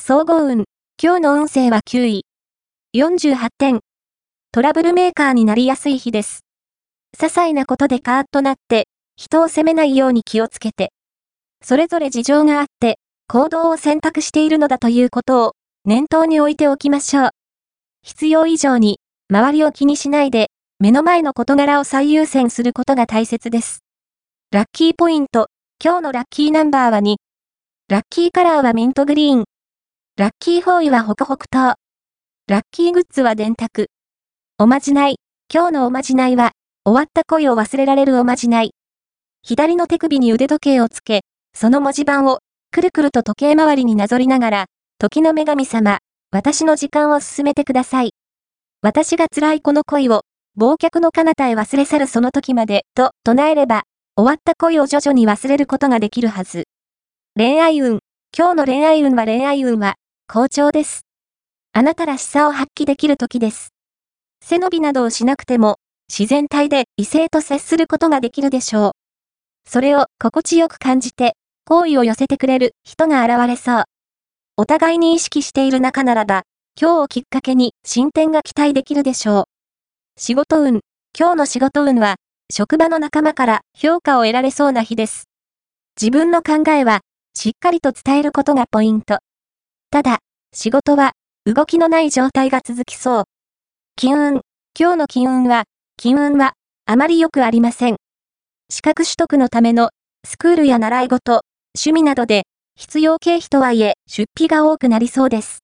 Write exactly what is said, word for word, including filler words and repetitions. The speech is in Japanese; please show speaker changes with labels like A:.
A: 総合運。今日の運勢はきゅうい。よんじゅうはってん。トラブルメーカーになりやすい日です。些細なことでカーッとなって、人を責めないように気をつけて。それぞれ事情があって、行動を選択しているのだということを、念頭に置いておきましょう。必要以上に、周りを気にしないで、目の前の事柄を最優先することが大切です。ラッキーポイント。今日のラッキーナンバーはに。ラッキーカラーはミントグリーン。ラッキーフォーイはホクホク糖。ラッキーグッズは電卓。おまじない。今日のおまじないは、終わった恋を忘れられるおまじない。左の手首に腕時計をつけ、その文字盤を、くるくると時計回りになぞりながら、時の女神様、私の時間を進めてください。私が辛いこの恋を、忘却の彼方へ忘れ去るその時まで、と唱えれば、終わった恋を徐々に忘れることができるはず。恋愛運。今日の恋愛運は恋愛運は、好調です。あなたらしさを発揮できる時です。背伸びなどをしなくても、自然体で異性と接することができるでしょう。それを心地よく感じて、好意を寄せてくれる人が現れそう。お互いに意識している仲ならば、今日をきっかけに進展が期待できるでしょう。仕事運。今日の仕事運は、職場の仲間から評価を得られそうな日です。自分の考えは、しっかりと伝えることがポイント。ただ、仕事は、動きのない状態が続きそう。金運。今日の金運は、金運は、あまり良くありません。資格取得のための、スクールや習い事、趣味などで、必要経費とはいえ、出費が多くなりそうです。